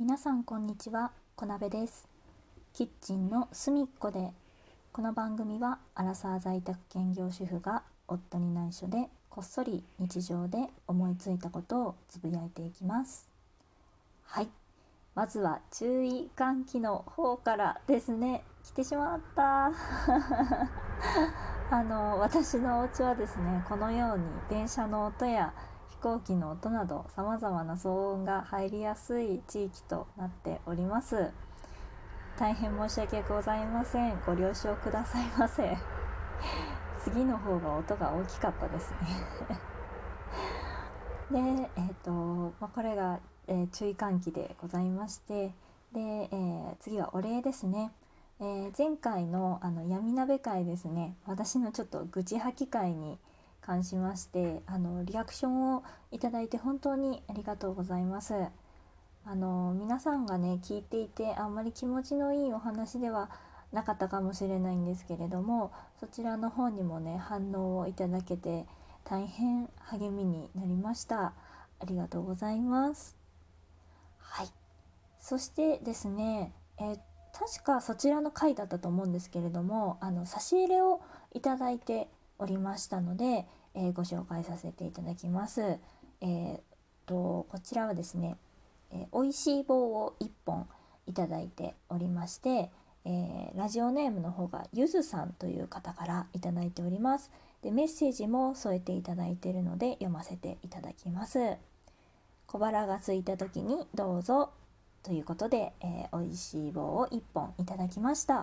皆さんこんにちは、こなべです。キッチンの隅っこで、この番組はアラサー在宅兼業主婦が夫に内緒でこっそり日常で思いついたことをつぶやいていきます。はい、まずは注意喚起の方からですね。来てしまった私のお家はですね、このように電車の音や飛行機の音などさまざまな騒音が入りやすい地域となっております。大変申し訳ございません。ご了承くださいませ。次の方が音が大きかったですねで、これが、注意喚起でございまして、で、次はお礼ですね。前回の闇鍋会ですね、私のちょっと愚痴吐き会に関しましてリアクションをいただいて本当にありがとうございます。皆さんがね聞いていてあんまり気持ちのいいお話ではなかったかもしれないんですけれども、そちらの方にもね反応をいただけて大変励みになりました。ありがとうございます。はい、そしてですね、確かそちらの回だったと思うんですけれども、差し入れをいただいておりましたので、ご紹介させていただきます。こちらはですね、おいしい棒を1本いただいておりまして、ラジオネームの方がゆずさんという方からいただいております。でメッセージも添えていただいているので読ませていただきます。小腹が空いた時にどうぞということで、おいしい棒を1本いただきました。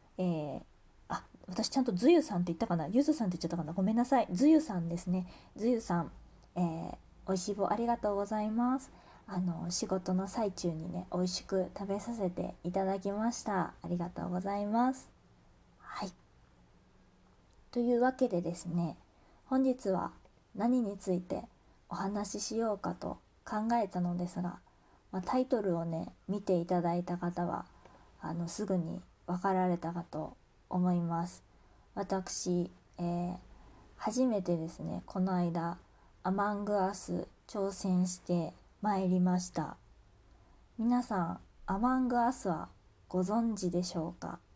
私ちゃんとずゆさんって言ったかな、ゆずさんって言っちゃったかな、ごめんなさい。ずゆさんですね。ずゆさん、おいしい棒ありがとうございます。仕事の最中にね美味しく食べさせていただきました。ありがとうございます。はい、というわけでですね、本日は何についてお話ししようかと考えたのですが、タイトルをね見ていただいた方はすぐに分かられたかと思います。私、初めてですねこの間アマングアス挑戦してまいりました。皆さんアマングアスはご存知でしょうか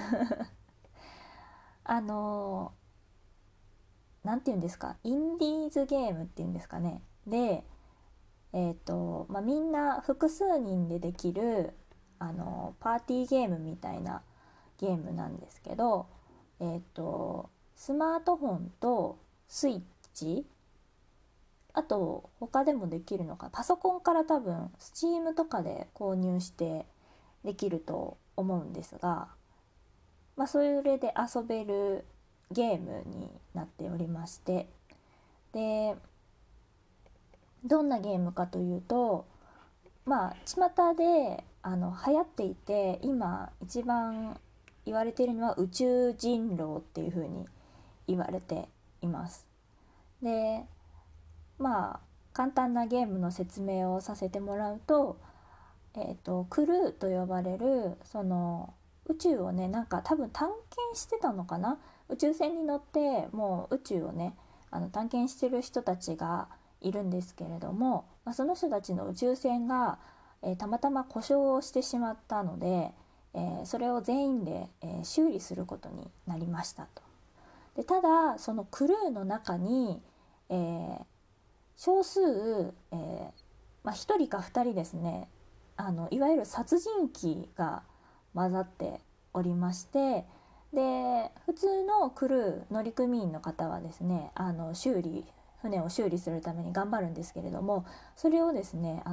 なんていうんですか、インディーズゲームっていうんですかね。で、みんな複数人でできるパーティーゲームみたいなゲームなんですけど、スマートフォンとスイッチ、あと他でもできるのか、パソコンから多分 Steam とかで購入してできると思うんですが、それで遊べるゲームになっておりまして、でどんなゲームかというと、巷で流行っていて今一番言われているのは宇宙人狼っていう風に言われています。で簡単なゲームの説明をさせてもらうと、クルーと呼ばれるその宇宙をね多分探検してたのかな、宇宙船に乗ってもう宇宙をね探検してる人たちがいるんですけれども、その人たちの宇宙船が、たまたま故障をしてしまったので、それを全員で、修理することになりましたと。でただそのクルーの中に、少数、1人か2人ですね、いわゆる殺人鬼が混ざっておりまして、で普通のクルー乗組員の方はですね船を修理するために頑張るんですけれども、それをですね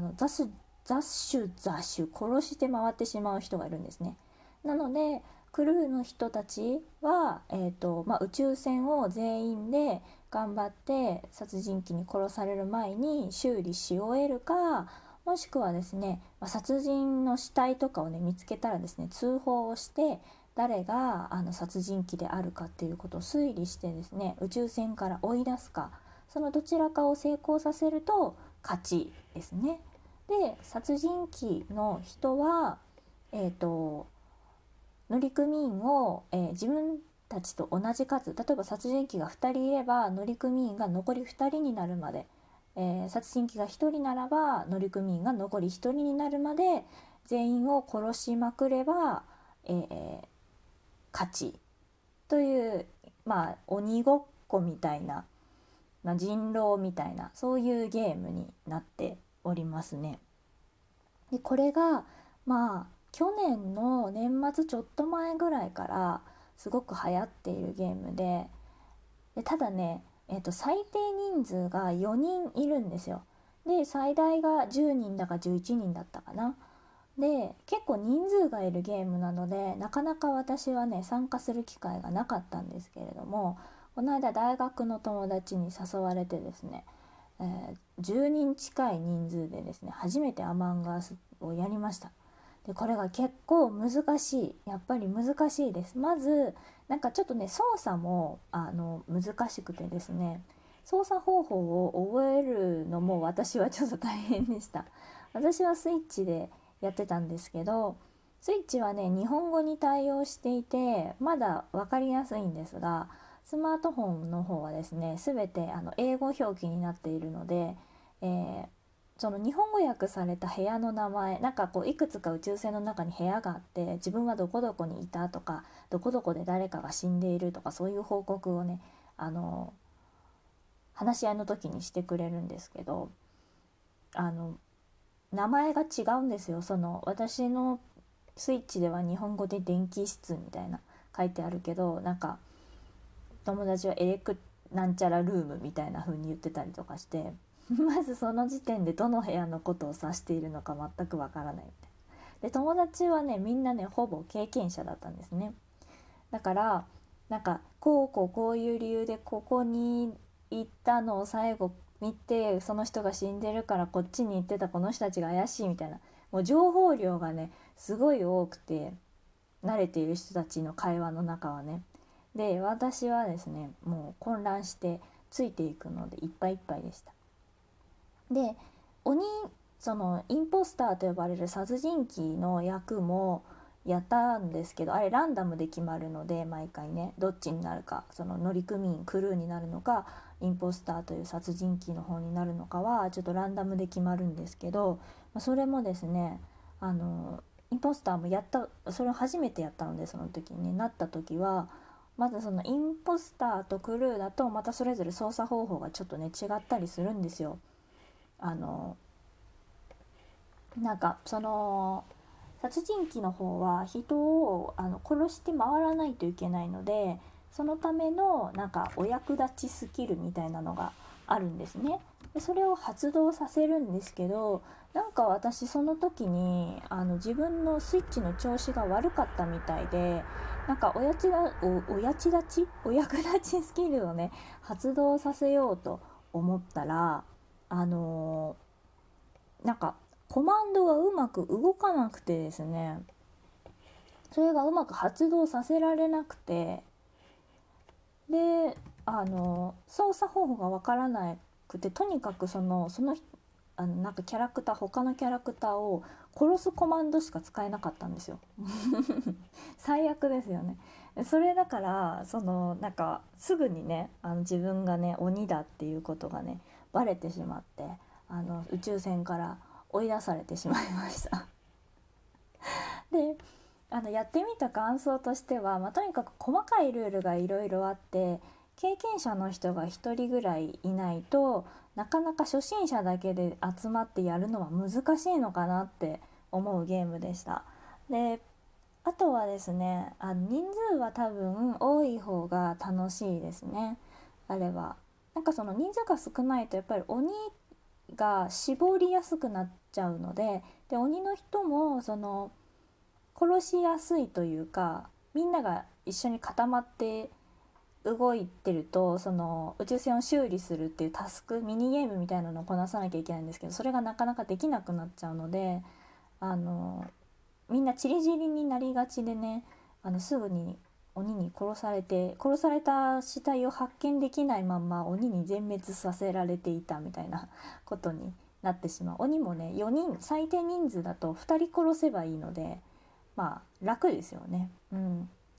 雑種殺して回ってしまう人がいるんですね。なのでクルーの人たちは、宇宙船を全員で頑張って殺人鬼に殺される前に修理し終えるか、もしくはですね、殺人の死体とかをね見つけたらですね通報をして誰が殺人鬼であるかっていうことを推理してですね宇宙船から追い出すか、そのどちらかを成功させると勝ちですね。で殺人鬼の人は乗組員を、自分たちと同じ数、例えば殺人鬼が2人いれば乗組員が残り2人になるまで殺人鬼が1人ならば乗組員が残り1人になるまで全員を殺しまくれば、勝ちという、まあ鬼ごっこみたいな、人狼みたいなそういうゲームになっておりますね。でこれがまあ去年の年末ちょっと前ぐらいからすごく流行っているゲームでただね、最低人数が4人いるんですよ。で最大が10人だか11人だったかな。で結構人数がいるゲームなのでなかなか私はね参加する機会がなかったんですけれども、この間大学の友達に誘われてですね、10人近い人数でですね初めてアマンガースをやりました。でこれが結構難しい、やっぱり難しいです。まずなんかちょっとね操作も難しくてですね、操作方法を覚えるのも私はちょっと大変でした。私はスイッチでやってたんですけど、スイッチはね日本語に対応していてまだ分かりやすいんですが、スマートフォンの方はですね全て英語表記になっているので、その日本語訳された部屋の名前、なんかこういくつか宇宙船の中に部屋があって自分はどこどこにいたとかどこどこで誰かが死んでいるとかそういう報告をね話し合いの時にしてくれるんですけど、名前が違うんですよ。その私のスイッチでは日本語で電気室みたいな書いてあるけど、なんか友達はエレクなんちゃらルームみたいな風に言ってたりとかしてまずその時点でどの部屋のことを指しているのか全くわからないみたいな。で友達はねみんなねほぼ経験者だったんですね。だからなんかこういう理由でここに行ったのを最後見て、その人が死んでるからこっちに行ってたこの人たちが怪しいみたいな、もう情報量がねすごい多くて、慣れている人たちの会話の中はね。で私はですねもう混乱してついていくのでいっぱいいっぱいでした。で鬼そのインポスターと呼ばれる殺人鬼の役もやったんですけど、あれランダムで決まるので毎回ねどっちになるか、その乗組員クルーになるのかインポスターという殺人鬼の方になるのかはちょっとランダムで決まるんですけど、それもですねインポスターもやった、それを初めてやったので、その時に、ね、なった時はまずそのインポスターとクルーだとまたそれぞれ操作方法がちょっとね違ったりするんですよ。なんかその殺人鬼の方は人を殺して回らないといけないので、そのためのなんかお役立ちスキルみたいなのがあるんですね。でそれを発動させるんですけど、なんか私その時に自分のスイッチの調子が悪かったみたいで、なんかお役立ちスキルをね発動させようと思ったらなんかコマンドがうまく動かなくてですね、それがうまく発動させられなくて、で操作方法がわからなくて、とにかくそのなんか他のキャラクターを殺すコマンドしか使えなかったんですよ最悪ですよね。それだからなんかすぐにね自分がね鬼だっていうことがねバレてしまって、宇宙船から追い出されてしまいましたでやってみた感想としては、とにかく細かいルールがいろいろあって、経験者の人が1人ぐらいいないとなかなか初心者だけで集まってやるのは難しいのかなって思うゲームでした。であとはですね人数は多分多い方が楽しいですね。あれはなんかその人数が少ないとやっぱり鬼が絞りやすくなっちゃうので鬼の人も殺しやすいというか、みんなが一緒に固まって動いてると宇宙船を修理するっていうタスクミニゲームみたいなのをこなさなきゃいけないんですけど、それがなかなかできなくなっちゃうのでみんなチリチリになりがちでねすぐに鬼に殺された死体を発見できないまんま鬼に全滅させられていたみたいなことになってしまう。鬼もね4人最低人数だと2人殺せばいいので楽ですよね。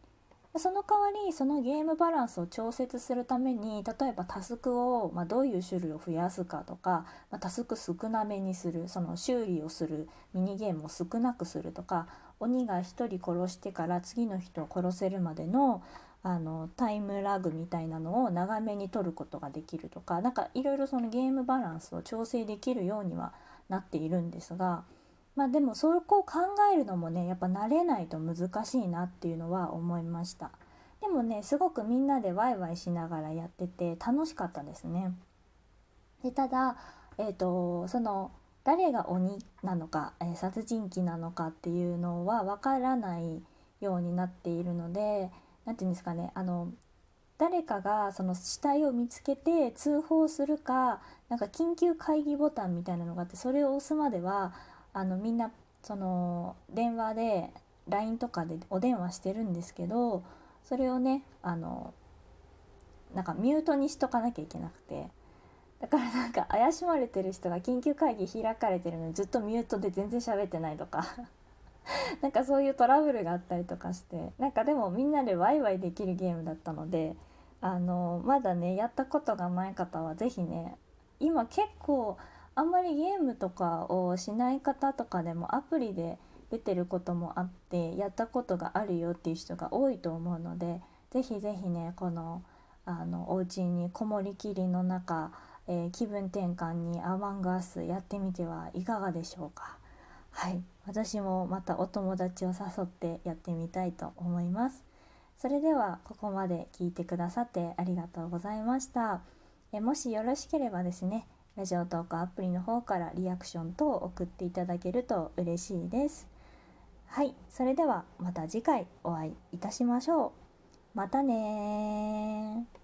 その代わりそのゲームバランスを調節するために、例えばタスクを、どういう種類を増やすかとか、タスク少なめにする、その修理をするミニゲームを少なくするとか、鬼が1人殺してから次の人を殺せるまでのタイムラグみたいなのを長めに取ることができるとか、なんかいろいろそのゲームバランスを調整できるようにはなっているんですが、でもそこを考えるのもね、やっぱ慣れないと難しいなっていうのは思いました。でもね、すごくみんなでワイワイしながらやってて楽しかったですね。でただ、その誰が鬼なのか、殺人鬼なのかっていうのはわからないようになっているので、なんていうんですかね、誰かがその死体を見つけて通報するか、なんか緊急会議ボタンみたいなのがあって、それを押すまではみんなその電話で LINE とかでお電話してるんですけど、それをねなんかミュートにしとかなきゃいけなくて、だからなんか怪しまれてる人が緊急会議開かれてるのにずっとミュートで全然喋ってないとかなんかそういうトラブルがあったりとかして、なんかでもみんなでワイワイできるゲームだったので、まだねやったことがない方は是非ね、今結構あんまりゲームとかをしない方とかでもアプリで出てることもあって、やったことがあるよっていう人が多いと思うので、ぜひぜひね、このお家にこもりきりの中、気分転換にアマングアスやってみてはいかがでしょうか。はい、私もまたお友達を誘ってやってみたいと思います。それではここまで聞いてくださってありがとうございました。もしよろしければですね、ラジオトークアプリの方からリアクション等を送っていただけると嬉しいです。はい、それではまた次回お会いいたしましょう。またね。